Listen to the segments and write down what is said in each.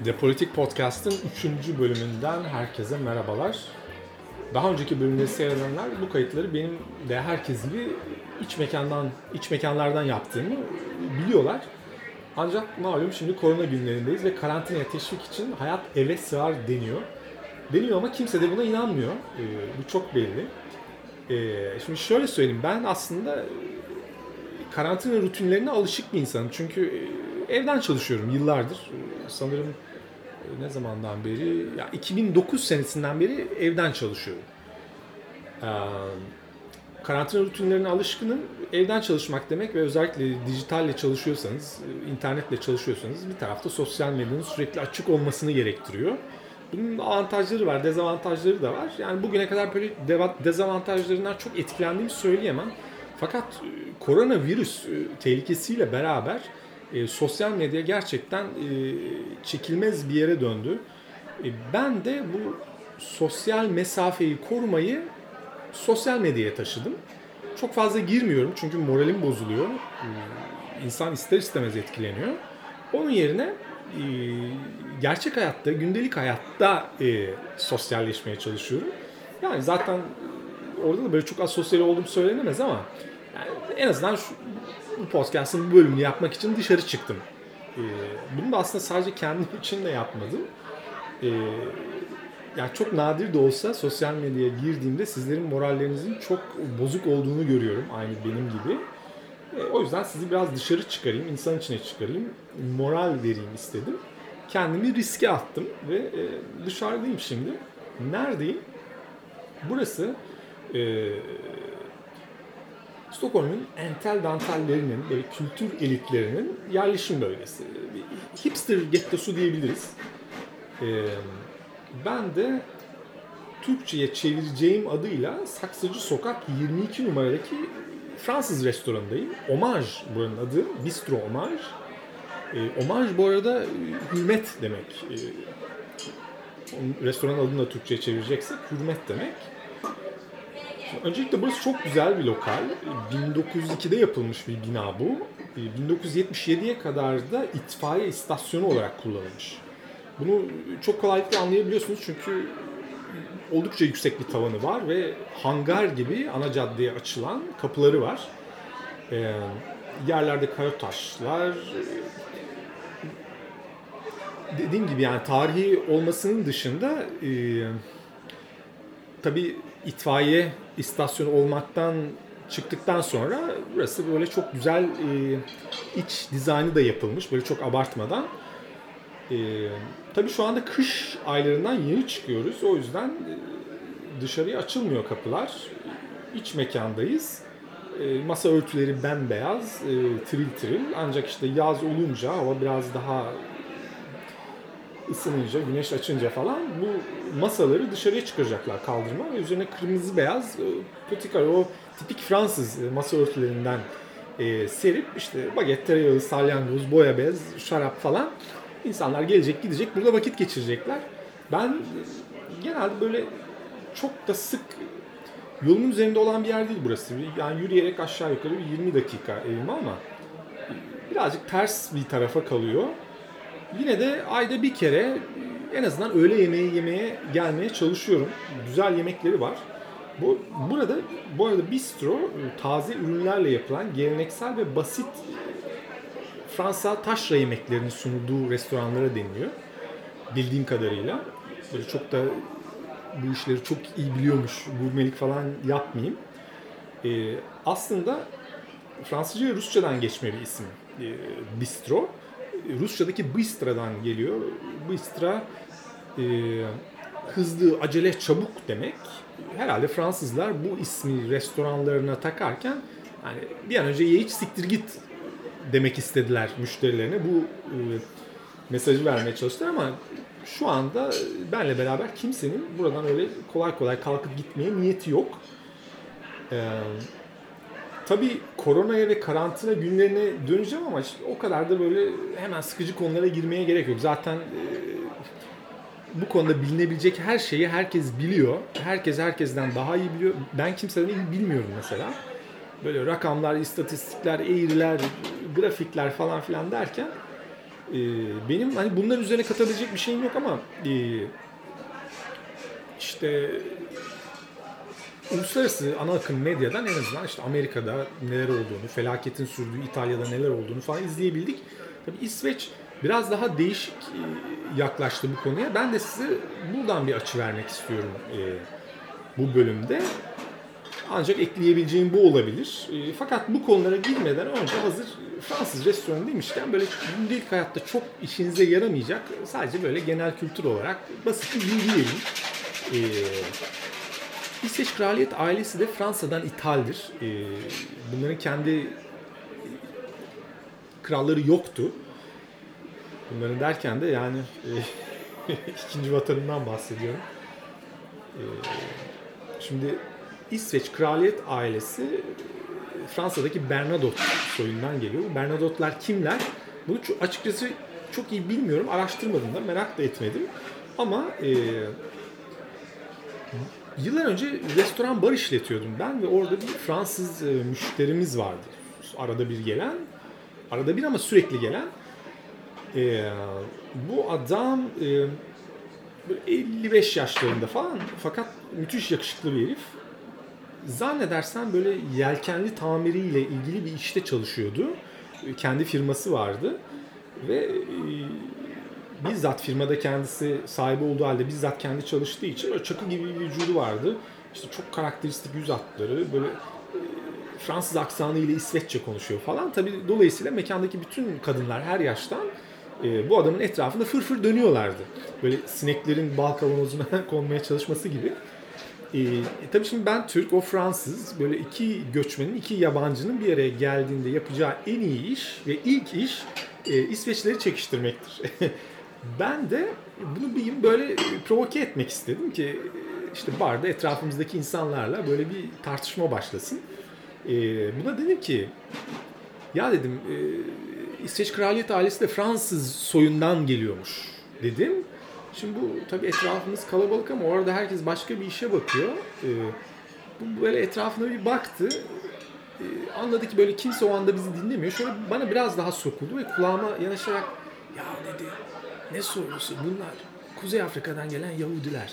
The Politik Podcast'ın 3. bölümünden herkese merhabalar. Daha önceki bölümleri seyredenler bu kayıtları benim de herkes gibi iç mekanlardan yaptığımı biliyorlar. Ancak malum şimdi korona günlerindeyiz ve karantinaya teşvik için hayat eve sığar deniyor. Deniyor ama kimse de buna inanmıyor. Bu çok belli. Şimdi şöyle söyleyeyim, ben aslında karantina rutinlerine alışık bir insanım. Çünkü evden çalışıyorum yıllardır. Sanırım ne zamandan beri? Ya 2009 senesinden beri evden çalışıyorum. Karantina rutinlerine alışkınım. Evden çalışmak demek ve özellikle dijitalle çalışıyorsanız, internetle çalışıyorsanız bir tarafta sosyal medyanın sürekli açık olmasını gerektiriyor. Bunun avantajları var, dezavantajları da var. Yani bugüne kadar böyle dezavantajlarından çok etkilendiğimi söyleyemem. Fakat koronavirüs tehlikesiyle beraber sosyal medya gerçekten çekilmez bir yere döndü. Ben de bu sosyal mesafeyi korumayı sosyal medyaya taşıdım. Çok fazla girmiyorum çünkü moralim bozuluyor. İnsan ister istemez etkileniyor. Onun yerine gerçek hayatta, gündelik hayatta sosyalleşmeye çalışıyorum. Yani zaten orada da böyle çok asosyal olduğum söylenemez ama yani en azından bu podcast'ın bu bölümünü yapmak için dışarı çıktım. Bunu da aslında sadece kendim için de yapmadım. Yani çok nadir de olsa sosyal medyaya girdiğimde sizlerin morallerinizin çok bozuk olduğunu görüyorum, aynı benim gibi. O yüzden sizi biraz dışarı çıkarayım, insan içine çıkarayım, moral vereyim istedim. Kendimi riske attım ve dışarıdayım şimdi. Neredeyim? Burası Stockholm'un entel dantellerinin, böyle kültür elitlerinin yerleşim bölgesi. Bir hipster gettosu diyebiliriz. Ben de Türkçe'ye çevireceğim adıyla Saksıcı Sokak 22 numaradaki Fransız restoranındayım. Homage buranın adı. Bistro Homage. Homage bu arada hürmet demek. Restoranın adını da Türkçe'ye çevireceksek hürmet demek. Şimdi öncelikle burası çok güzel bir lokal. 1902'de yapılmış bir bina bu. 1977'ye kadar da itfaiye istasyonu olarak kullanılmış. Bunu çok kolaylıkla anlayabiliyorsunuz çünkü oldukça yüksek bir tavanı var ve hangar gibi ana caddeye açılan kapıları var. Yerlerde kara taşlar. Dediğim gibi yani tarihi olmasının dışında tabii itfaiye istasyonu olmaktan çıktıktan sonra burası böyle çok güzel iç dizaynı da yapılmış. Böyle çok abartmadan. Tabii şu anda kış aylarından yeni çıkıyoruz. O yüzden dışarıya açılmıyor kapılar. İç mekandayız. Masa örtüleri bembeyaz, tiril tiril. Ancak işte yaz olunca, hava biraz daha ısınınca, güneş açınca falan bu masaları dışarıya çıkaracaklar kaldırma ve üzerine kırmızı beyaz patika, o tipik Fransız masa örtülerinden serip işte baget, tereyağı, salyangoz, boya bez, şarap falan. İnsanlar gelecek gidecek, burada vakit geçirecekler. Ben genelde böyle çok da sık yolumun üzerinde olan bir yer değil burası. Yani yürüyerek aşağı yukarı 20 dakika evime ama birazcık ters bir tarafa kalıyor. Yine de ayda bir kere en azından öğle yemeği yemeye gelmeye çalışıyorum. Güzel yemekleri var. Bu arada bistro taze ürünlerle yapılan geleneksel ve basit Fransa taşra yemeklerinin sunulduğu restoranlara deniliyor. Bildiğim kadarıyla. Böyle çok da bu işleri çok iyi biliyormuş, gurmelik falan yapmayayım. Aslında Fransızca ve Rusçadan geçme bir isim. Bistro. Rusçadaki bistra'dan geliyor. Bistra hızlı, acele, çabuk demek. Herhalde Fransızlar bu ismi restoranlarına takarken yani bir an önce ye iç siktir git demek istediler müşterilerine. Bu mesajı vermeye çalıştılar ama şu anda benle beraber kimsenin buradan öyle kolay kolay kalkıp gitmeye niyeti yok. Tabii koronaya ve karantina günlerine döneceğim ama işte o kadar da böyle hemen sıkıcı konulara girmeye gerek yok. Zaten bu konuda bilinebilecek her şeyi herkes biliyor. Herkes herkesten daha iyi biliyor. Ben kimseden iyi bilmiyorum mesela. Böyle rakamlar, istatistikler, eğriler, grafikler falan filan derken Benim hani bunların üzerine katabilecek bir şeyim yok ama işte uluslararası ana akım medyadan en azından işte Amerika'da neler olduğunu, felaketin sürdüğü İtalya'da neler olduğunu falan izleyebildik. Tabii İsveç biraz daha değişik yaklaştı bu konuya. Ben de size buradan bir açı vermek istiyorum bu bölümde. Ancak ekleyebileceğim bu olabilir. Fakat bu konulara girmeden önce hazır Fransız restoranı demişken böyle gündelik hayatta çok işinize yaramayacak sadece böyle genel kültür olarak basit bir bilgi vereyim. İsveç kraliyet ailesi de Fransa'dan ithaldir. Bunların kendi kralları yoktu. Bunların derken de yani ikinci vatanından bahsediyorum. Şimdi İsveç kraliyet ailesi Fransa'daki Bernadotte soyundan geliyor. Bu Bernadotte'lar kimler? Bunu açıkçası çok iyi bilmiyorum. Araştırmadım da, merak da etmedim. Ama yıllar önce restoran bar işletiyordum ben ve orada bir Fransız müşterimiz vardı. Arada bir gelen, arada bir ama sürekli gelen. Bu adam böyle 55 yaşlarında falan fakat müthiş yakışıklı bir herif. Zannedersem böyle yelkenli tamiriyle ilgili bir işte çalışıyordu. Kendi firması vardı ve bizzat firmada kendisi sahibi olduğu halde bizzat kendi çalıştığı için böyle çakı gibi bir vücudu vardı. İşte çok karakteristik yüz hatları, böyle Fransız aksanı ile İsveççe konuşuyor falan. Tabii dolayısıyla mekandaki bütün kadınlar her yaştan bu adamın etrafında fırfır dönüyorlardı. Böyle sineklerin bal kavanozuna konmaya çalışması gibi. Tabii şimdi ben Türk, o Fransız. Böyle iki göçmenin, iki yabancının bir araya geldiğinde yapacağı en iyi iş ve ilk iş İsveçleri çekiştirmektir. Ben de bunu bir böyle provoke etmek istedim ki işte barda etrafımızdaki insanlarla böyle bir tartışma başlasın. Buna dedim ki ya dedim İsveç kraliyet ailesi de Fransız soyundan geliyormuş dedim. Şimdi bu tabii etrafımız kalabalık ama orada herkes başka bir işe bakıyor. Bu böyle etrafına bir baktı. Anladı ki böyle kimse o anda bizi dinlemiyor. Şöyle bana biraz daha sokuldu ve kulağıma yanaşarak ya dedi ne sorusu bunlar Kuzey Afrika'dan gelen Yahudiler.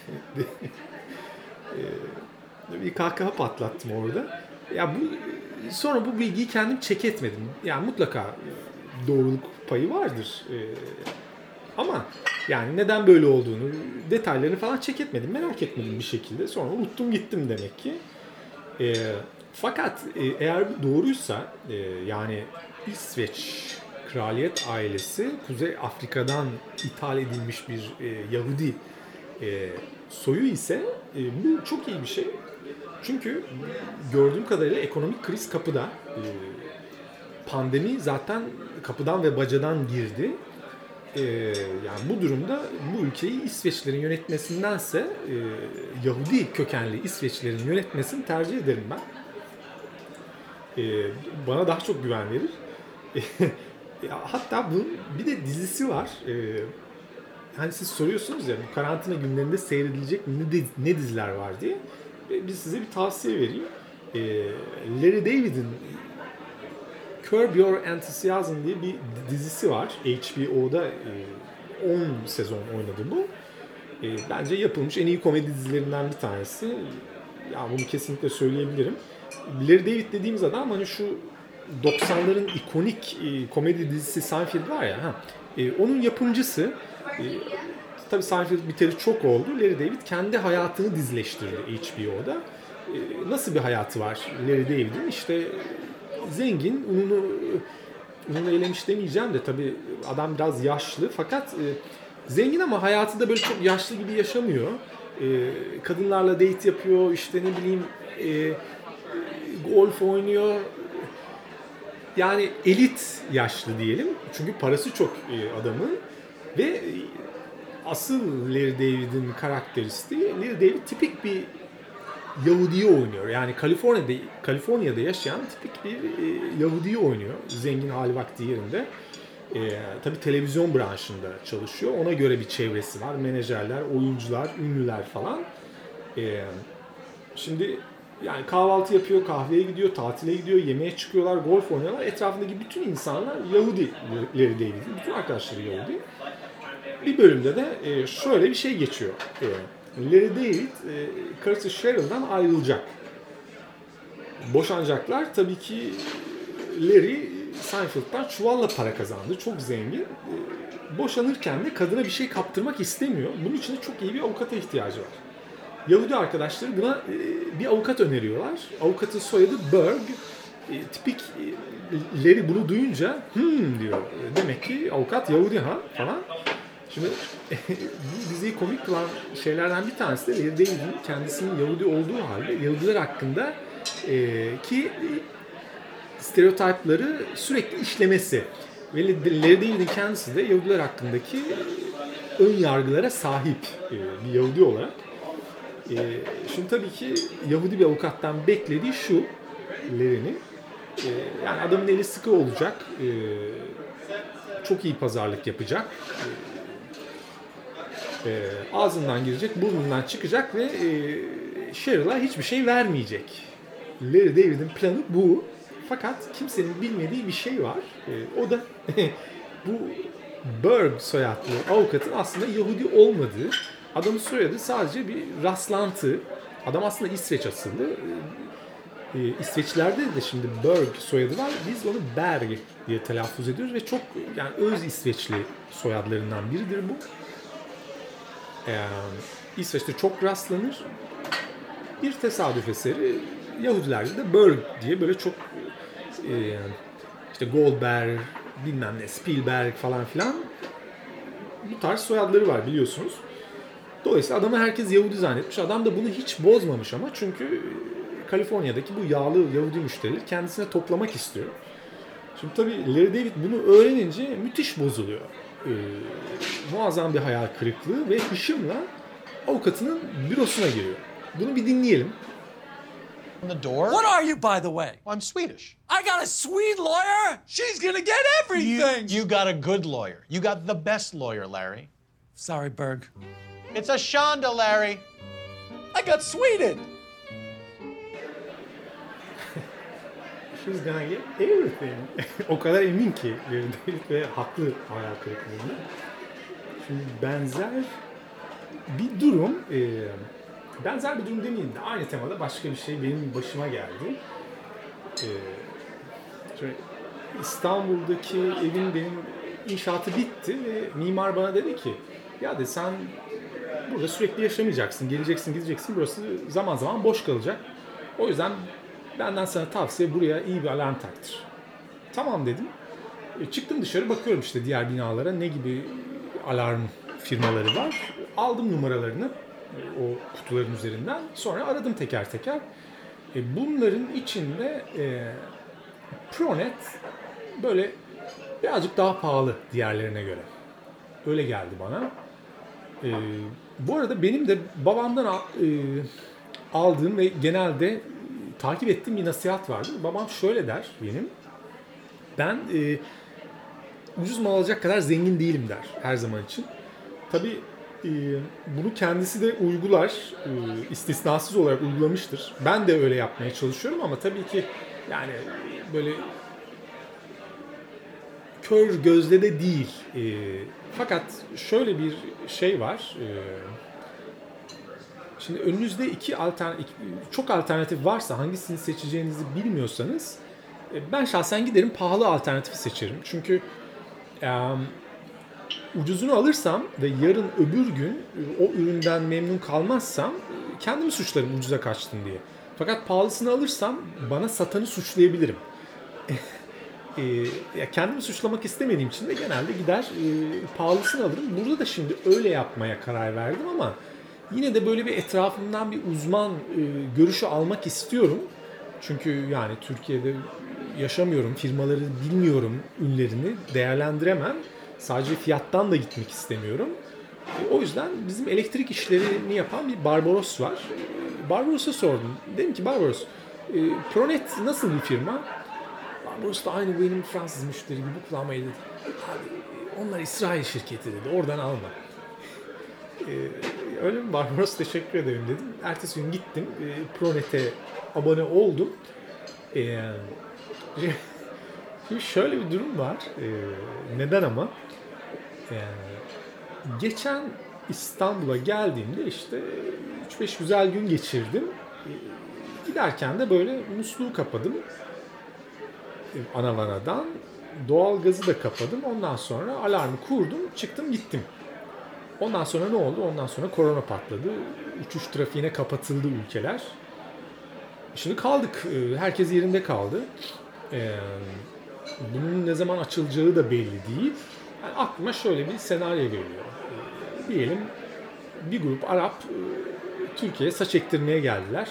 Bir kahkaha patlattım orada. Ya bu sonra bu bilgiyi kendim check etmedim. Yani mutlaka doğruluk payı vardır. Ama yani neden böyle olduğunu, detaylarını falan check etmedim, merak etmedim bir şekilde. Sonra unuttum gittim demek ki. Fakat eğer bu doğruysa yani İsveç kraliyet ailesi Kuzey Afrika'dan ithal edilmiş bir Yahudi soyu ise bu çok iyi bir şey. Çünkü gördüğüm kadarıyla ekonomik kriz kapıda. Pandemi zaten kapıdan ve bacadan girdi. Yani bu durumda bu ülkeyi İsveçlerin yönetmesindense Yahudi kökenli İsveçlerin yönetmesini tercih ederim ben. Bana daha çok güven verir. Hatta bunun bir de dizisi var. Hani siz soruyorsunuz ya bu karantina günlerinde seyredilecek ne diziler var diye. Biz size bir tavsiye vereyim. Larry David'in Curb Your Enthusiasm diye bir dizisi var. HBO'da 10 sezon oynadı bu. Bence yapılmış en iyi komedi dizilerinden bir tanesi. Ya bunu kesinlikle söyleyebilirim. Larry David dediğimiz adam hani şu 90'ların ikonik komedi dizisi Seinfeld var ya. Onun yapımcısı. Tabii Seinfeld biteri çok oldu. Larry David kendi hayatını dizileştirdi HBO'da. Nasıl bir hayatı var Larry David'in? İşte zengin, ununu elemiş demeyeceğim de tabii adam biraz yaşlı fakat zengin ama hayatı da böyle çok yaşlı gibi yaşamıyor. Kadınlarla date yapıyor, işte ne bileyim golf oynuyor. Yani elit yaşlı diyelim. Çünkü parası çok adamın ve asıl Larry David'in karakteristiği, Larry David tipik bir Yahudi'yi oynuyor. Yani Kaliforniya'da yaşayan tipik bir Yahudi'yi oynuyor. Zengin hali vakti yerinde. Tabii televizyon branşında çalışıyor. Ona göre bir çevresi var. Menajerler, oyuncular, ünlüler falan. Şimdi Yani kahvaltı yapıyor, kahveye gidiyor, tatile gidiyor, yemeğe çıkıyorlar, golf oynuyorlar. Etrafındaki bütün insanlar Yahudi, Larry David'in. Bütün arkadaşları Yahudi. Bir bölümde de şöyle bir şey geçiyor. Larry David karısı Cheryl'dan ayrılacak. Boşanacaklar. Tabii ki Larry Seinfeld'dan çuvalla para kazandı. Çok zengin. Boşanırken de kadına bir şey kaptırmak istemiyor. Bunun için de çok iyi bir avukata ihtiyacı var. Yahudi arkadaşları buna bir avukat öneriyorlar. Avukatın soyadı Berg. Tipik Larry bunu duyunca diyor. Demek ki avukat Yahudi ha falan. Şimdi bu diziyi komik kılan şeylerden bir tanesi de Larry David'in kendisinin Yahudi olduğu halde Yahudiler hakkında ki stereotipleri sürekli işlemesi. Ve Larry David'in kendisi de Yahudiler hakkındaki ön yargılara sahip bir Yahudi olarak. Şimdi tabii ki Yahudi bir avukattan beklediği şu Larry'nin. Yani adamın eli sıkı olacak. Çok iyi pazarlık yapacak. Ağzından girecek, burnundan çıkacak ve Cheryl'a hiçbir şey vermeyecek. Larry David'in planı bu. Fakat kimsenin bilmediği bir şey var. O da bu Berg soyadlı avukatın aslında Yahudi olmadığı. Adamın soyadı sadece bir rastlantı. Adam aslında İsveç asıllı. İsveçlilerde de şimdi Berg soyadı var. Biz onu Berg diye telaffuz ediyoruz ve çok yani öz İsveçli soyadlarından biridir bu. İsveç'te çok rastlanır. Bir tesadüf eseri Yahudilerde de Berg diye böyle çok işte Goldberg, bilmem ne, Spielberg falan filan bu tarz soyadları var biliyorsunuz. Dolayısıyla adamı herkes Yahudi zannetmiş. Adam da bunu hiç bozmamış ama çünkü Kaliforniya'daki bu yağlı Yahudi müşterileri kendisine toplamak istiyor. Şimdi tabii Larry David bunu öğrenince müthiş bozuluyor. Muazzam bir hayal kırıklığı ve hışımla avukatının bürosuna giriyor. Bunu bir dinleyelim. The door. What are you, by the way? I'm Swedish. I got a Swede lawyer? She's gonna get everything! You got a good lawyer. You got the best lawyer, Larry. Sorry, Berg. It's a Shonda, Larry. I got Sweded! She's gonna get everything. O kadar emin ki Larry David ve haklı hayal kırıklığında. Şimdi benzer bir durum, benzer bir durum demeyeyim de aynı temada başka bir şey benim başıma geldi. Şöyle İstanbul'daki evin benim inşaatı bitti ve mimar bana dedi ki ya de sen burada sürekli yaşamayacaksın, geleceksin gideceksin, burası zaman zaman boş kalacak. O yüzden benden sana tavsiye buraya iyi bir alarm taktır. Tamam dedim. Çıktım dışarı bakıyorum işte diğer binalara ne gibi alarm firmaları var. Aldım numaralarını o kutuların üzerinden. Sonra aradım teker teker. Bunların içinde Pronet böyle birazcık daha pahalı diğerlerine göre. Öyle geldi bana. Bu arada benim de babamdan aldığım ve genelde takip ettiğim bir nasihat vardı. Babam şöyle der benim. Ben ucuz mal alacak kadar zengin değilim der her zaman için. Tabii bunu kendisi de uygular. İstisnasız olarak uygulamıştır. Ben de öyle yapmaya çalışıyorum ama tabii ki yani böyle kör gözle de değil. Fakat şöyle bir şey var. Şimdi önünüzde çok alternatif varsa hangisini seçeceğinizi bilmiyorsanız ben şahsen giderim pahalı alternatifi seçerim. Çünkü ucuzunu alırsam ve yarın öbür gün o üründen memnun kalmazsam kendimi suçlarım ucuza kaçtın diye. Fakat pahalısını alırsam bana satanı suçlayabilirim. Kendimi suçlamak istemediğim için de genelde gider pahalısını alırım. Burada da şimdi öyle yapmaya karar verdim ama yine de böyle bir etrafımdan bir uzman görüşü almak istiyorum. Çünkü yani Türkiye'de yaşamıyorum, firmaları bilmiyorum, ünlerini değerlendiremem. Sadece fiyattan da gitmek istemiyorum. O yüzden bizim elektrik işlerini yapan bir Barbaros var. Barbaros'a sordum. Dedim ki Barbaros, Pronet nasıl bir firma? Barbaros da aynı benim Fransız müşteri gibi kullanmayı dedi. Abi, onlar İsrail şirketi dedi, oradan alma. Öyle mi Barbaros, teşekkür ederim dedim. Ertesi gün gittim. Pronet'e abone oldum. Şimdi şöyle bir durum var. Neden ama? Geçen İstanbul'a geldiğimde işte 3-5 güzel gün geçirdim. Giderken de böyle musluğu kapadım. Anavaradan. Doğalgazı da kapadım. Ondan sonra alarmı kurdum. Çıktım gittim. Ondan sonra ne oldu? Ondan sonra korona patladı. Uçuş trafiğine kapatıldı ülkeler. Şimdi kaldık. Herkes yerinde kaldı. Bunun ne zaman açılacağı da belli değil. Yani aklıma şöyle bir senaryo geliyor. Diyelim bir grup Arap Türkiye'ye saç ektirmeye geldiler.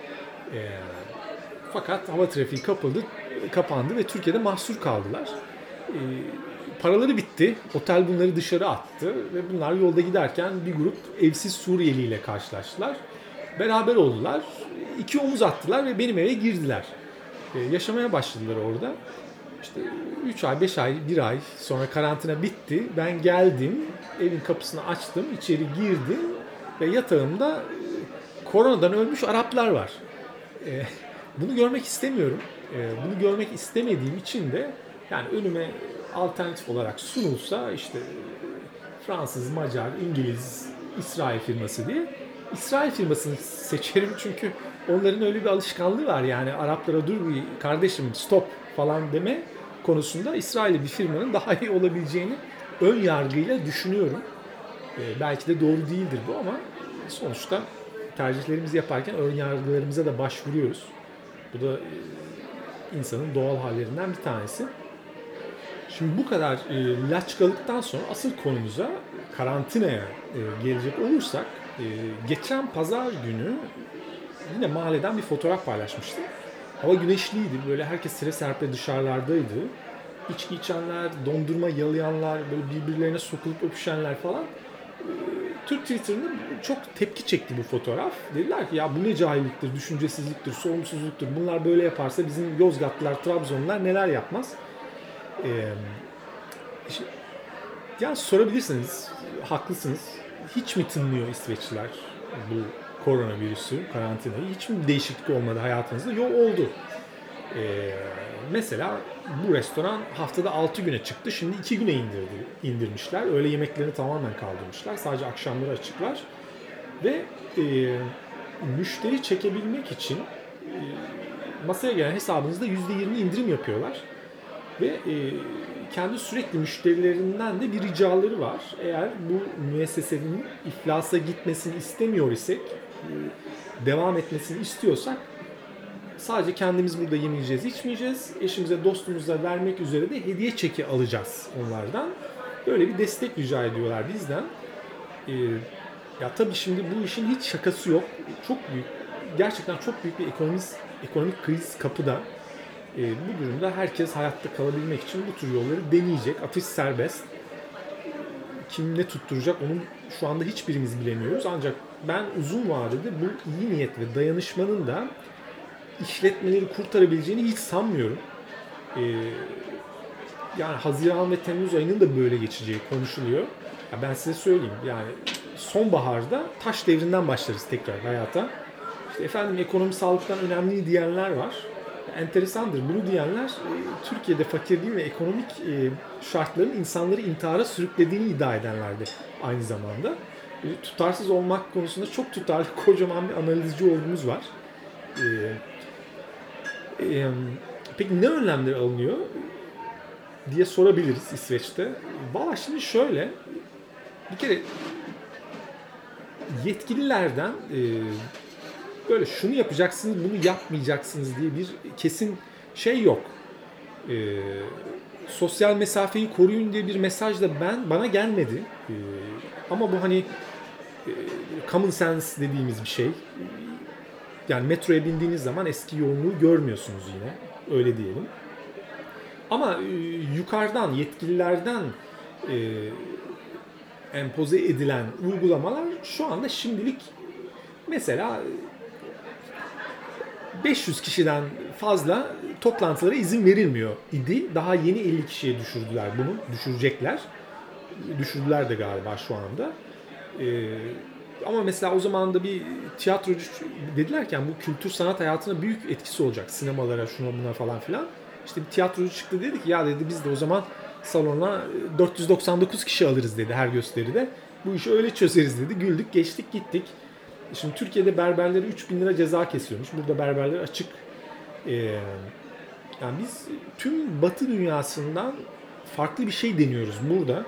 Fakat hava trafiği kapandı ve Türkiye'de mahsur kaldılar. Paraları bitti. Otel bunları dışarı attı ve bunlar yolda giderken bir grup evsiz Suriyeli ile karşılaştılar. Beraber oldular. 2 omuz attılar ve benim eve girdiler. Yaşamaya başladılar orada. İşte 3 ay, 5 ay, 1 ay sonra karantina bitti. Ben geldim, evin kapısını açtım, içeri girdim ve yatağımda koronadan ölmüş Araplar var. Bunu görmek istemiyorum. Bunu görmek istemediğim için de yani önüme alternatif olarak sunulsa işte Fransız, Macar, İngiliz, İsrail firması diye İsrail firmasını seçerim çünkü onların öyle bir alışkanlığı var yani Araplara dur bir kardeşim stop falan deme konusunda İsrail'li bir firmanın daha iyi olabileceğini ön yargıyla düşünüyorum. Belki de doğru değildir bu ama sonuçta tercihlerimizi yaparken ön yargılarımıza da başvuruyoruz. Bu da insanın doğal hallerinden bir tanesi. Şimdi bu kadar laçkalıktan sonra asıl konumuza karantinaya gelecek olursak geçen pazar günü yine mahalleden bir fotoğraf paylaşmıştım. Hava güneşliydi. Böyle herkes sere serpe dışarılardaydı. İçki içenler, dondurma yalayanlar, böyle birbirlerine sokulup öpüşenler falan. Türk Twitter'ında çok tepki çekti bu fotoğraf. Dediler ki ya bu ne cahilliktir, düşüncesizliktir, sorumsuzluktur. Bunlar böyle yaparsa bizim Yozgatlılar, Trabzonlular neler yapmaz? Yani sorabilirsiniz, haklısınız. Hiç mi tınlıyor İsveçliler bu koronavirüsü, karantinayı? Hiç mi değişiklik olmadı hayatınızda? Yok oldu. Mesela bu restoran haftada 6 güne çıktı. Şimdi 2 güne indirmişler. Öğle yemeklerini tamamen kaldırmışlar. Sadece akşamları açıklar. Ve müşteri çekebilmek için masaya gelen hesabınızda %20 indirim yapıyorlar. Ve kendi sürekli müşterilerinden de bir ricaları var. Eğer bu müessesenin iflasa gitmesini istemiyor isek, devam etmesini istiyorsak sadece kendimiz burada yemeyeceğiz, içmeyeceğiz. Eşimize, dostumuza vermek üzere de hediye çeki alacağız onlardan. Böyle bir destek rica ediyorlar bizden. Ya tabii şimdi bu işin hiç şakası yok. Çok büyük, gerçekten çok büyük bir ekonomik kriz kapıda. Bu durumda herkes hayatta kalabilmek için bu tür yolları deneyecek. Atış serbest. Kim ne tutturacak onu şu anda hiçbirimiz bilemiyoruz. Ancak ben uzun vadede bu iyi niyet ve dayanışmanın da işletmeleri kurtarabileceğini hiç sanmıyorum. Yani Haziran ve Temmuz ayının da böyle geçeceği konuşuluyor. Ya ben size söyleyeyim yani sonbaharda taş devrinden başlarız tekrar hayata. İşte efendim ekonomi sağlıktan önemli diyenler var. Enteresandır. Bunu diyenler Türkiye'de fakirliğin ve ekonomik şartların insanları intihara sürüklediğini iddia edenlerdi aynı zamanda. Tutarsız olmak konusunda çok tutarlı kocaman bir analizci ordumuz var. Peki ne önlemler alınıyor diye sorabiliriz İsveç'te. Valla şimdi şöyle bir kere yetkililerden böyle şunu yapacaksınız, bunu yapmayacaksınız diye bir kesin şey yok. Sosyal mesafeyi koruyun diye bir mesaj da bana gelmedi. Ama bu hani common sense dediğimiz bir şey. Yani metroya bindiğiniz zaman eski yoğunluğu görmüyorsunuz yine. Öyle diyelim. Ama yukarıdan, yetkililerden empoze edilen uygulamalar şu anda şimdilik mesela 500 kişiden fazla toplantılara izin verilmiyor idi. Daha yeni 50 kişiye düşürdüler bunu. Düşürecekler. Düşürdüler de galiba şu anda. Ama mesela o zaman da bir tiyatrocu dedilerken bu kültür sanat hayatına büyük etkisi olacak. Sinemalara, şuna buna falan filan. İşte bir tiyatrocu çıktı, dedi ki ya dedi biz de o zaman salona 499 kişi alırız dedi her gösteride. Bu işi öyle çözeriz dedi. Güldük, geçtik, gittik. Şimdi Türkiye'de berberlere 3.000 lira ceza kesiyormuş. Burada berberler açık. Yani biz tüm Batı dünyasından farklı bir şey deniyoruz burada.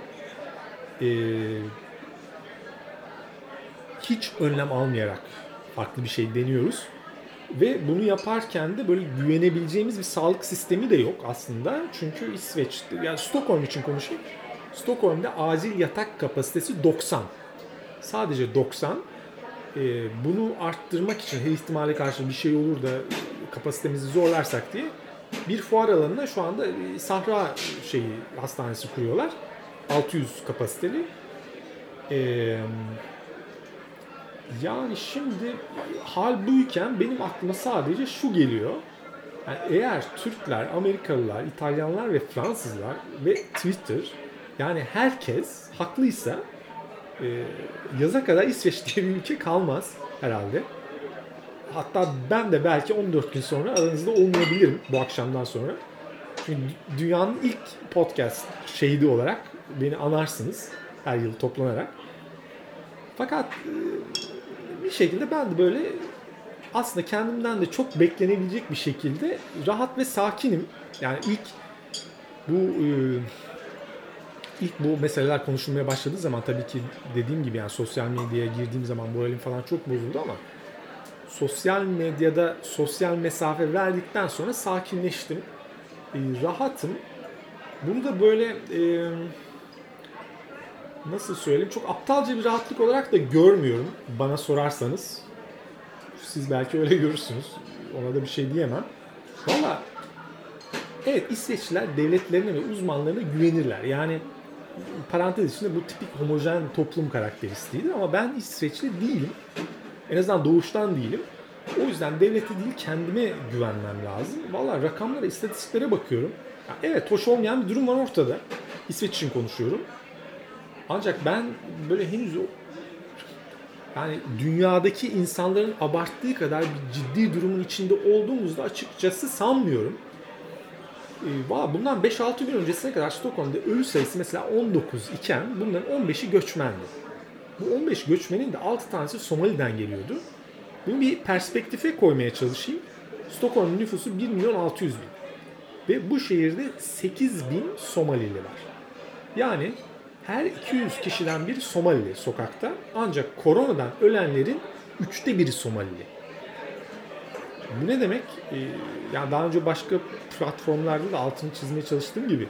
Hiç önlem almayarak farklı bir şey deniyoruz. Ve bunu yaparken de böyle güvenebileceğimiz bir sağlık sistemi de yok aslında. Çünkü İsveç'te, yani Stockholm için konuşayım. Stockholm'da acil yatak kapasitesi 90. Sadece 90. Bunu arttırmak için her ihtimale karşı bir şey olur da kapasitemizi zorlarsak diye bir fuar alanına şu anda Sahra hastanesi kuruyorlar. 600 kapasiteli. Yani şimdi hal buyken benim aklıma sadece şu geliyor. Yani eğer Türkler, Amerikalılar, İtalyanlar ve Fransızlar ve Twitter, yani herkes haklıysa yaza kadar İsveç diye bir ülke kalmaz herhalde. Hatta ben de belki 14 gün sonra aranızda olmayabilirim bu akşamdan sonra. Çünkü dünyanın ilk podcast şehidi olarak beni anarsınız her yıl toplanarak. Fakat bir şekilde ben de böyle aslında kendimden de çok beklenebilecek bir şekilde rahat ve sakinim. Yani ilk bu meseleler konuşulmaya başladığı zaman tabii ki dediğim gibi yani sosyal medyaya girdiğim zaman moralim falan çok bozuldu ama sosyal medyada sosyal mesafe verdikten sonra sakinleştim. Rahatım. Bunu da böyle nasıl söyleyeyim, çok aptalca bir rahatlık olarak da görmüyorum bana sorarsanız. Siz belki öyle görürsünüz. Ona da bir şey diyemem. Valla evet, İsveçliler devletlerine ve uzmanlarına güvenirler. Yani parantez içinde bu tipik homojen toplum karakteristiğidir ama ben İsveçli değilim. En azından doğuştan değilim. O yüzden devlete değil kendime güvenmem lazım. Valla rakamlara, istatistiklere bakıyorum. Yani evet, hoş olmayan bir durum var ortada. İsveç için konuşuyorum. Ancak ben böyle henüz yani dünyadaki insanların abarttığı kadar bir ciddi durumun içinde olduğumuzda açıkçası sanmıyorum. Bundan 5-6 gün öncesine kadar Stockholm'da ölü sayısı mesela 19 iken bunların 15'i göçmendi. Bu 15 göçmenin de 6 tanesi Somali'den geliyordu. Bunu bir perspektife koymaya çalışayım. Stockholm'un nüfusu 1.600.000. Ve bu şehirde 8.000 Somalili var. Yani her 200 kişiden biri Somalili sokakta. Ancak koronadan ölenlerin 1/3'ü Somalili. Bu ne demek? Yani daha önce başka platformlarda da altını çizmeye çalıştığım gibi.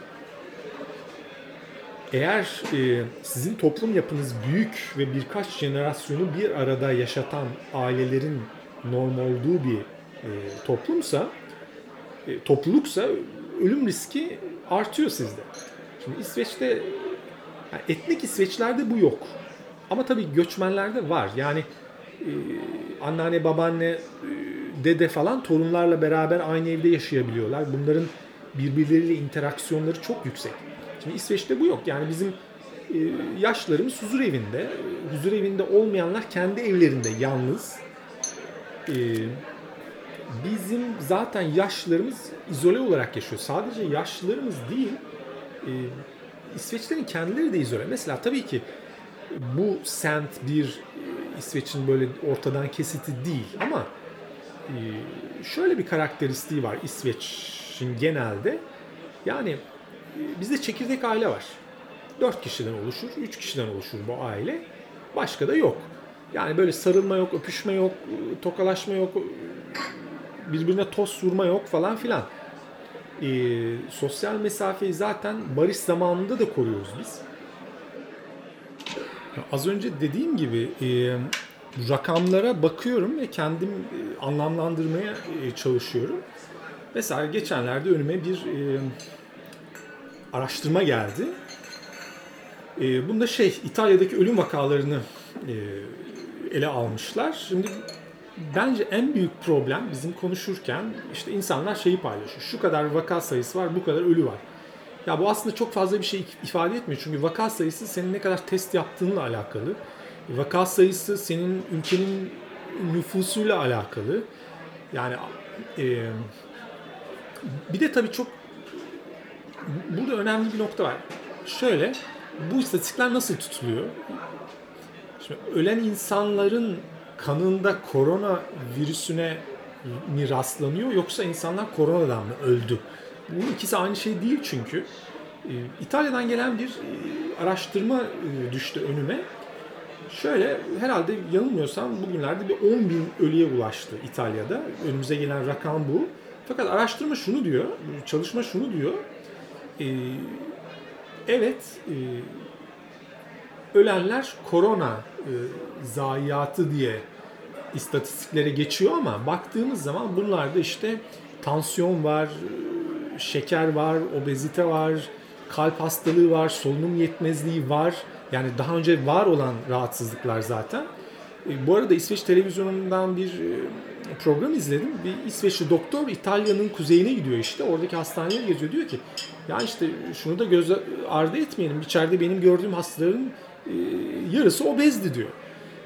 Eğer sizin toplum yapınız büyük ve birkaç jenerasyonu bir arada yaşatan ailelerin norm olduğu bir topluluksa ölüm riski artıyor sizde. Şimdi İsveç'te, yani etnik İsveçlerde bu yok. Ama tabii göçmenlerde var. Yani anneanne, babaanne, dede falan torunlarla beraber aynı evde yaşayabiliyorlar. Bunların birbirleriyle interaksiyonları çok yüksek. Şimdi İsveç'te bu yok. Yani bizim yaşlılarımız huzur evinde. Huzur evinde olmayanlar kendi evlerinde yalnız. Bizim zaten yaşlılarımız izole olarak yaşıyor. Sadece yaşlılarımız değil, İsveçlerin kendileri de izole. Mesela tabii ki bu semt bir İsveç'in böyle ortadan kesiti değil ama şöyle bir karakteristiği var İsveç'in genelde. Yani bizde çekirdek aile var. 4 kişiden oluşur, 3 kişiden oluşur bu aile. Başka da yok. Yani böyle sarılma yok, öpüşme yok, tokalaşma yok, birbirine toz vurma yok falan filan. Sosyal mesafeyi zaten barış zamanında da koruyoruz biz. Az önce dediğim gibi rakamlara bakıyorum ve kendim anlamlandırmaya çalışıyorum. Mesela geçenlerde önüme bir araştırma geldi. Bunda İtalya'daki ölüm vakalarını ele almışlar. Şimdi bence en büyük problem bizim konuşurken işte insanlar şeyi paylaşıyor. Şu kadar vaka sayısı var, bu kadar ölü var. Ya bu aslında çok fazla bir şey ifade etmiyor. Çünkü vaka sayısı senin ne kadar test yaptığınla alakalı. Vaka sayısı senin ülkenin nüfusuyla alakalı. Yani bir de tabii çok burada önemli bir nokta var. Şöyle, bu istatistikler nasıl tutuluyor? Şimdi ölen insanların kanında korona virüsüne mi rastlanıyor yoksa insanlar koronadan mı öldü? Bu ikisi aynı şey değil çünkü. İtalya'dan gelen bir araştırma düştü önüme. Şöyle, herhalde yanılmıyorsam bugünlerde bir 10.000 ölüye ulaştı İtalya'da. Önümüze gelen rakam bu. Fakat araştırma şunu diyor, çalışma şunu diyor. Evet, ölenler korona zayiatı diye istatistiklere geçiyor ama baktığımız zaman bunlarda işte tansiyon var, şeker var, obezite var, kalp hastalığı var, solunum yetmezliği var. Yani daha önce var olan rahatsızlıklar zaten. Bu arada İsveç televizyonundan bir program izledim. Bir İsveçli doktor İtalya'nın kuzeyine gidiyor işte. Oradaki hastaneleri geziyor. Diyor ki ya işte şunu da göz ardı etmeyelim. İçeride benim gördüğüm hastaların yarısı obezdi diyor.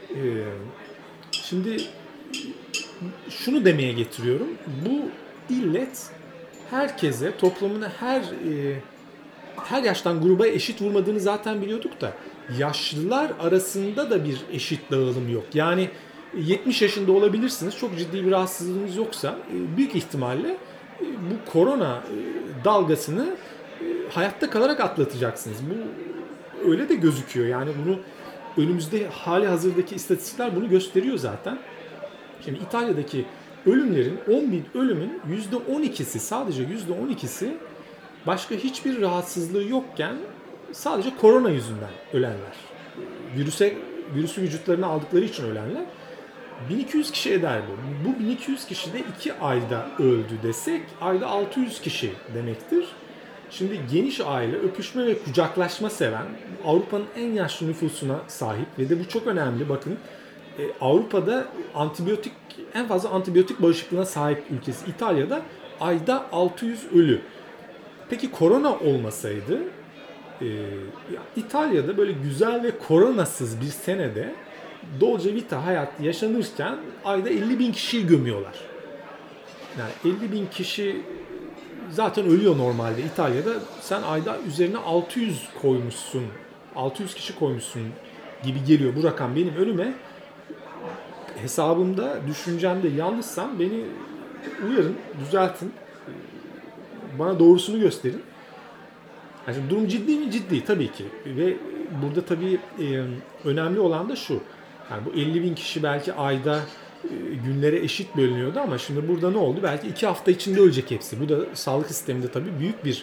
Şimdi şunu demeye getiriyorum. Bu illet herkese, toplumun her yaştan gruba eşit vurmadığını zaten biliyorduk da yaşlılar arasında da bir eşit dağılım yok. Yani 70 yaşında olabilirsiniz. Çok ciddi bir rahatsızlığınız yoksa büyük ihtimalle bu korona dalgasını hayatta kalarak atlatacaksınız. Bu öyle de gözüküyor. Yani bunu önümüzde hali hazırdaki istatistikler bunu gösteriyor zaten. Şimdi İtalya'daki ölümlerin 10.000 ölümün %12'si, sadece %12'si başka hiçbir rahatsızlığı yokken sadece korona yüzünden ölenler. Virüsü vücutlarına aldıkları için ölenler. 1200 kişi eder bu. Bu 1200 kişi de 2 ayda öldü desek ayda 600 kişi demektir. Şimdi geniş aile, öpüşme ve kucaklaşma seven, Avrupa'nın en yaşlı nüfusuna sahip ve de bu çok önemli. Bakın Avrupa'da en fazla antibiyotik bağışıklığına sahip ülkesi İtalya'da ayda 600 ölü. Peki korona olmasaydı İtalya'da böyle güzel ve koronasız bir senede Dolce Vita hayat yaşanırken ayda 50.000 kişiyi gömüyorlar. Yani 50.000 kişi zaten ölüyor normalde İtalya'da. Sen ayda üzerine 600 koymuşsun, 600 kişi koymuşsun gibi geliyor bu rakam benim önüme. Hesabımda, düşüncemde yanlışsam beni uyarın, düzeltin. Bana doğrusunu gösterin. Yani şimdi durum ciddi mi? Ciddi tabii ki. Ve burada tabii önemli olan da şu. Yani bu 50.000 kişi belki ayda günlere eşit bölünüyordu ama şimdi burada ne oldu? Belki 2 hafta içinde ölecek hepsi. Bu da sağlık sisteminde tabii büyük bir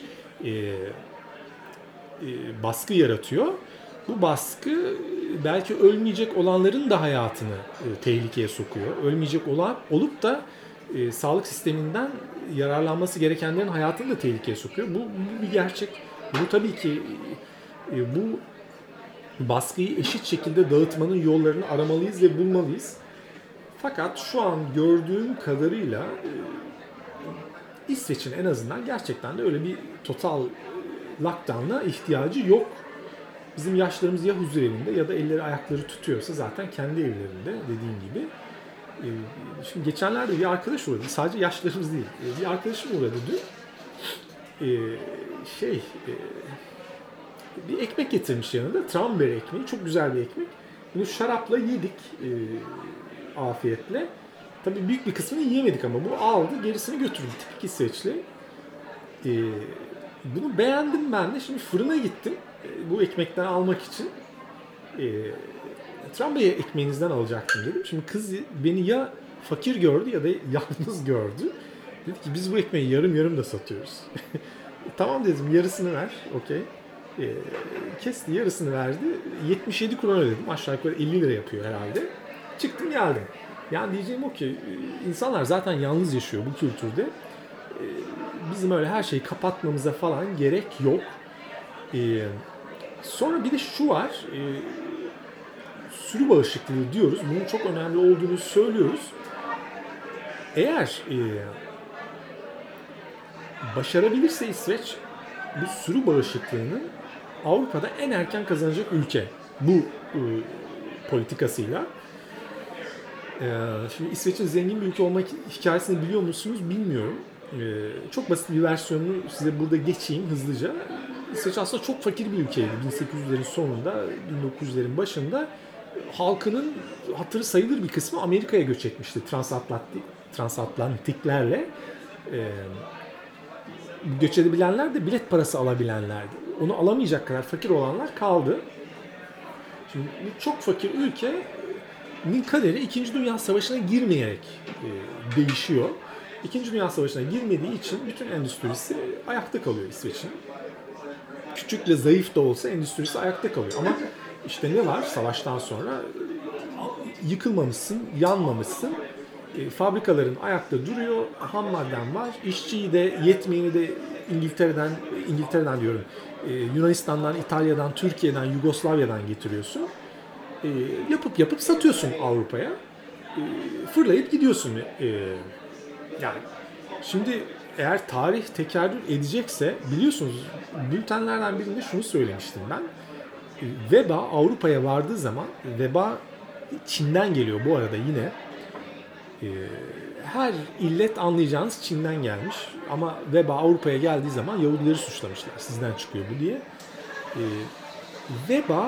baskı yaratıyor. Bu baskı belki ölmeyecek olanların da hayatını tehlikeye sokuyor. Ölmeyecek olup da sağlık sisteminden yararlanması gerekenlerin hayatını da tehlikeye sokuyor. Bu bir gerçek. Bunu tabii ki bu baskıyı eşit şekilde dağıtmanın yollarını aramalıyız ve bulmalıyız. Fakat şu an gördüğüm kadarıyla İsveç'in en azından gerçekten de öyle bir total lockdown'a ihtiyacı yok. Bizim yaşlarımız ya huzur evinde ya da elleri ayakları tutuyorsa zaten kendi evlerinde dediğim gibi. Şimdi geçenlerde bir arkadaş uğradı. Sadece yaşlarımız değil. Bir arkadaşım uğradı dün. Bir ekmek getirmiş yanında. Tranberry ekmeği. Çok güzel bir ekmek. Bunu şarapla yedik afiyetle. Tabii büyük bir kısmını yiyemedik ama bu aldı gerisini götürdü. Tipik İsveçli. Bunu beğendim ben de. Şimdi fırına gittim. Bu ekmekten almak için. Tranberry ekmeğinizden alacaktım dedim. Şimdi kız beni ya fakir gördü ya da yalnız gördü. Dedi ki biz bu ekmeği yarım yarım da satıyoruz. Tamam dedim, yarısını ver. Okey. Kesti, yarısını verdi. 77 krona ödedim. Aşağı yukarı 50 lira yapıyor herhalde. Çıktım geldim. Yani diyeceğim o ki insanlar zaten yalnız yaşıyor bu kültürde. Bizim öyle her şeyi kapatmamıza falan gerek yok. Sonra bir de şu var. Sürü bağışıklığı diyoruz. Bunun çok önemli olduğunu söylüyoruz. Eğer başarabilirse İsveç bu sürü bağışıklığını Avrupa'da en erken kazanacak ülke bu politikasıyla. Şimdi İsveç'in zengin bir ülke olma hikayesini biliyor musunuz bilmiyorum. Çok basit bir versiyonunu size burada geçeyim hızlıca. İsveç aslında çok fakir bir ülkeydi 1800'lerin sonunda, 1900'lerin başında. Halkının hatırı sayılır bir kısmı Amerika'ya göç etmişti transatlantiklerle. Göç edebilenler de bilet parası alabilenlerdi. Onu alamayacak kadar fakir olanlar kaldı. Şimdi bu çok fakir ülkenin kaderi 2. Dünya Savaşı'na girmeyerek değişiyor. 2. Dünya Savaşı'na girmediği için bütün endüstrisi ayakta kalıyor İsveç'in. Küçük ve zayıf da olsa endüstrisi ayakta kalıyor. Ama işte ne var savaştan sonra? Yıkılmamışsın, yanmamışsın. Fabrikaların ayakta duruyor, ham madden var. İşçiyi de yetmeyeni de İngiltere'den diyorum. Yunanistan'dan, İtalya'dan, Türkiye'den, Yugoslavya'dan getiriyorsun. Yapıp satıyorsun Avrupa'ya. Fırlayıp gidiyorsun. Yani şimdi eğer tarih tekerrür edecekse biliyorsunuz bültenlerden birinde şunu söylemiştim ben. Veba Avrupa'ya vardığı zaman veba Çin'den geliyor bu arada yine. Her illet anlayacağınız Çin'den gelmiş. Ama veba Avrupa'ya geldiği zaman Yahudileri suçlamışlar. Sizden çıkıyor bu diye. Veba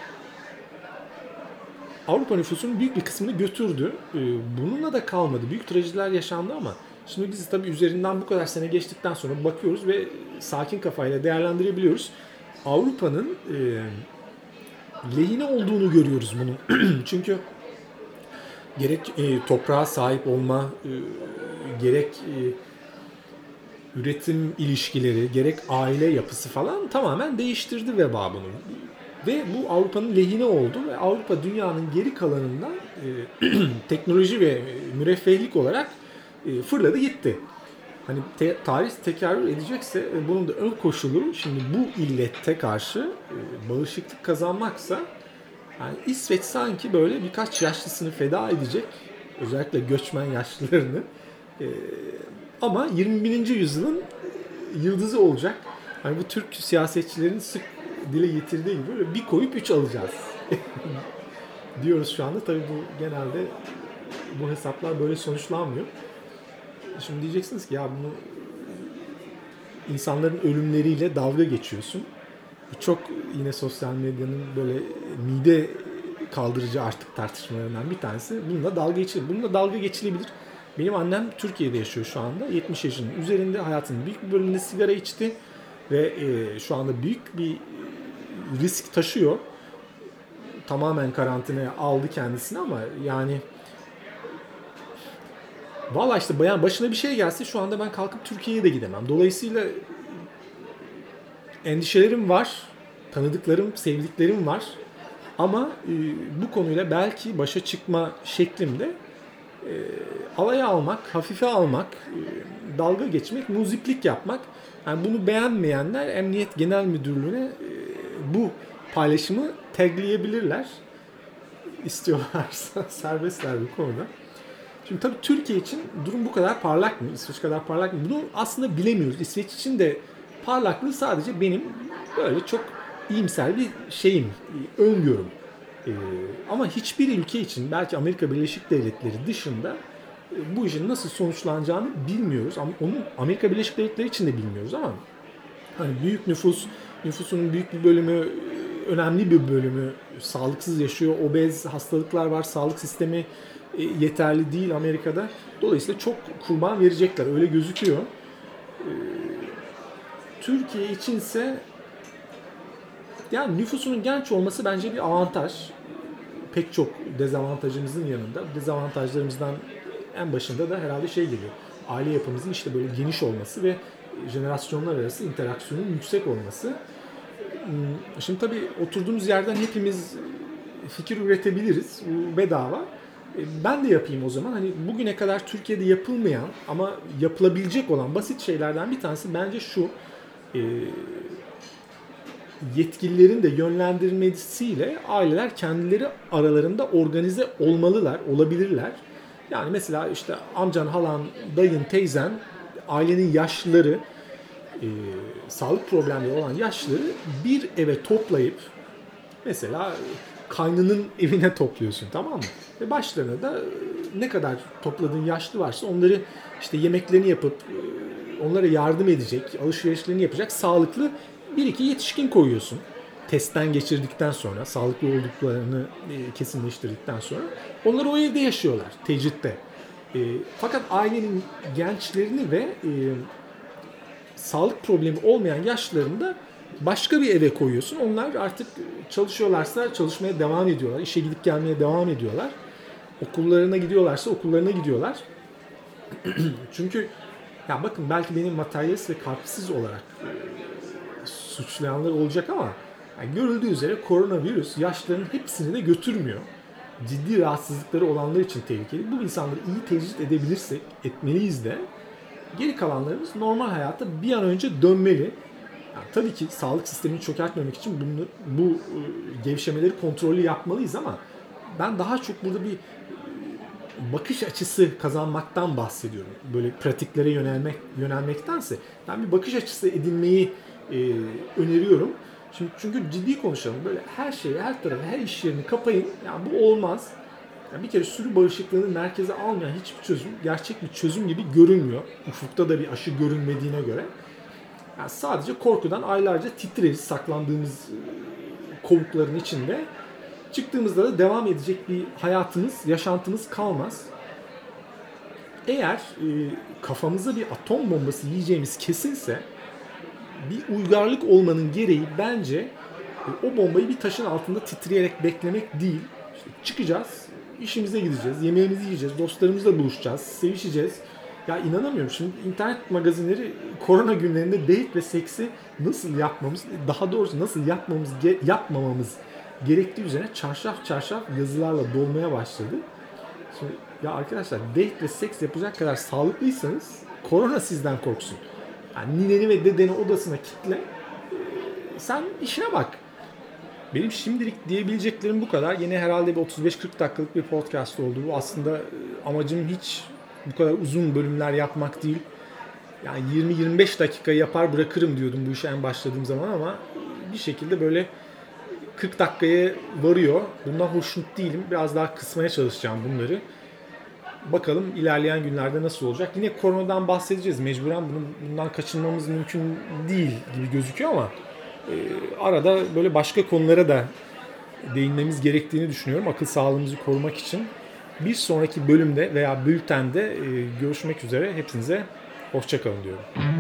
Avrupa nüfusunun büyük bir kısmını götürdü. Bununla da kalmadı. Büyük trajediler yaşandı ama şimdi biz tabii üzerinden bu kadar sene geçtikten sonra bakıyoruz ve sakin kafayla değerlendirebiliyoruz. Avrupa'nın lehine olduğunu görüyoruz bunun. Çünkü gerek toprağa sahip olma, gerek üretim ilişkileri, gerek aile yapısı falan tamamen değiştirdi veba bunu. Ve bu Avrupa'nın lehine oldu ve Avrupa dünyanın geri kalanından teknoloji ve müreffehlik olarak fırladı gitti. Hani tarih tekerrür edecekse bunun da ön koşulu şimdi bu illete karşı bağışıklık kazanmaksa yani İsveç sanki böyle birkaç yaşlısını feda edecek. Özellikle göçmen yaşlılarını. Ama 21. yüzyılın yıldızı olacak. Hani bu Türk siyasetçilerin sık dile getirdiği gibi böyle bir koyup 3 alacağız diyoruz şu anda. Tabii bu genelde bu hesaplar böyle sonuçlanmıyor. Şimdi diyeceksiniz ki ya bunu insanların ölümleriyle dalga geçiyorsun. Çok yine sosyal medyanın böyle mide kaldırıcı artık tartışmalarından bir tanesi. Bununla dalga geçilebilir. Bununla dalga geçilebilir. Benim annem Türkiye'de yaşıyor şu anda. 70 yaşının üzerinde, hayatının büyük bir bölümünde sigara içti. Ve şu anda büyük bir risk taşıyor. Tamamen karantinaya aldı kendisini ama yani valla işte bayan başına bir şey gelse şu anda ben kalkıp Türkiye'ye de gidemem. Dolayısıyla endişelerim var. Tanıdıklarım, sevdiklerim var. Ama bu konuyla belki başa çıkma şeklimde alaya almak, hafife almak, dalga geçmek, muziplik yapmak. Yani bunu beğenmeyenler Emniyet Genel Müdürlüğü'ne bu paylaşımı tagleyebilirler. İstiyorlarsa serbestler bu konuda. Şimdi tabii Türkiye için durum bu kadar parlak mı? İsveç kadar parlak mı? Bunu aslında bilemiyoruz. İsveç için de parlaklığı sadece benim böyle çok iyimser bir şeyim, öngörüm. Ama hiçbir ülke için belki Amerika Birleşik Devletleri dışında bu işin nasıl sonuçlanacağını bilmiyoruz. Ama onu Amerika Birleşik Devletleri için de bilmiyoruz ama hani büyük nüfusunun büyük bir bölümü, önemli bir bölümü sağlıksız yaşıyor. Obez hastalıklar var. Sağlık sistemi yeterli değil Amerika'da. Dolayısıyla çok kurban verecekler. Öyle gözüküyor. Türkiye içinse yani nüfusunun genç olması bence bir avantaj. Pek çok dezavantajımızın yanında. Dezavantajlarımızdan en başında da herhalde şey geliyor. Aile yapımızın işte böyle geniş olması ve jenerasyonlar arası interaksiyonun yüksek olması. Şimdi tabii oturduğumuz yerden hepimiz fikir üretebiliriz. Bu bedava. Ben de yapayım o zaman. Hani bugüne kadar Türkiye'de yapılmayan ama yapılabilecek olan basit şeylerden bir tanesi bence şu. Yetkililerin de yönlendirmesiyle aileler kendileri aralarında organize olabilirler. Yani mesela işte amcan, halan, dayın, teyzen, ailenin yaşlıları, sağlık problemleri olan yaşlıları bir eve toplayıp mesela kaynının evine topluyorsun, tamam mı? Ve başlarına da ne kadar topladığın yaşlı varsa onları işte yemeklerini yapıp onlara yardım edecek, alışverişlerini yapacak sağlıklı bir iki yetişkin koyuyorsun. Testten geçirdikten sonra, sağlıklı olduklarını kesinleştirdikten sonra onlar o evde yaşıyorlar, tecritte. Fakat ailenin gençlerini ve sağlık problemi olmayan yaşlılarını da başka bir eve koyuyorsun. Onlar artık çalışıyorlarsa çalışmaya devam ediyorlar. İşe gidip gelmeye devam ediyorlar. Okullarına gidiyorlarsa okullarına gidiyorlar. Çünkü ya bakın belki beni materyalist ve kalpsiz olarak suçlayanlar olacak ama yani görüldüğü üzere koronavirüs yaşlıların hepsini de götürmüyor. Ciddi rahatsızlıkları olanlar için tehlikeli. Bu insanları iyi tecrit edebilirsek, etmeliyiz de geri kalanlarımız normal hayata bir an önce dönmeli. Yani tabii ki sağlık sistemini çökertmemek için bu gevşemeleri kontrollü yapmalıyız ama ben daha çok burada bir bakış açısı kazanmaktan bahsediyorum. Böyle pratiklere yönelmektense ben bir bakış açısı edinmeyi öneriyorum. Şimdi çünkü ciddi konuşalım. Böyle her şeyi, her tarafı, her iş yerini kapayın. Yani bu olmaz. Yani bir kere sürü bağışıklığını merkeze almayan hiçbir çözüm gerçek bir çözüm gibi görünmüyor. Ufukta da bir aşı görünmediğine göre. Yani sadece korkudan aylarca titreriz saklandığımız kovukların içinde. Çıktığımızda da devam edecek bir hayatımız, yaşantımız kalmaz. Eğer kafamıza bir atom bombası yiyeceğimiz kesinse bir uygarlık olmanın gereği bence o bombayı bir taşın altında titreyerek beklemek değil. İşte çıkacağız, işimize gideceğiz, yemeğimizi yiyeceğiz, dostlarımızla buluşacağız, sevişeceğiz. Ya inanamıyorum. Şimdi internet magazinleri korona günlerinde date ve seksi nasıl yapmamız, daha doğrusu nasıl yapmamamız gerektiği üzerine çarşaf çarşaf yazılarla dolmaya başladı. Şimdi ya arkadaşlar date ve seks yapacak kadar sağlıklıysanız korona sizden korksun. Yani nineni ve dedeni odasına kitle. Sen işine bak. Benim şimdilik diyebileceklerim bu kadar. Yine herhalde bir 35-40 dakikalık bir podcast oldu. Bu aslında amacım hiç bu kadar uzun bölümler yapmak değil. Yani 20-25 dakika yapar bırakırım diyordum bu işe en başladığım zaman ama bir şekilde böyle 40 dakikaya varıyor. Bundan hoşnut değilim. Biraz daha kısmaya çalışacağım bunları. Bakalım ilerleyen günlerde nasıl olacak. Yine koronadan bahsedeceğiz. Mecburen bundan kaçınmamız mümkün değil gibi gözüküyor ama arada böyle başka konulara da değinmemiz gerektiğini düşünüyorum. Akıl sağlığımızı korumak için. Bir sonraki bölümde veya bültende görüşmek üzere. Hepinize hoşça kalın diyorum.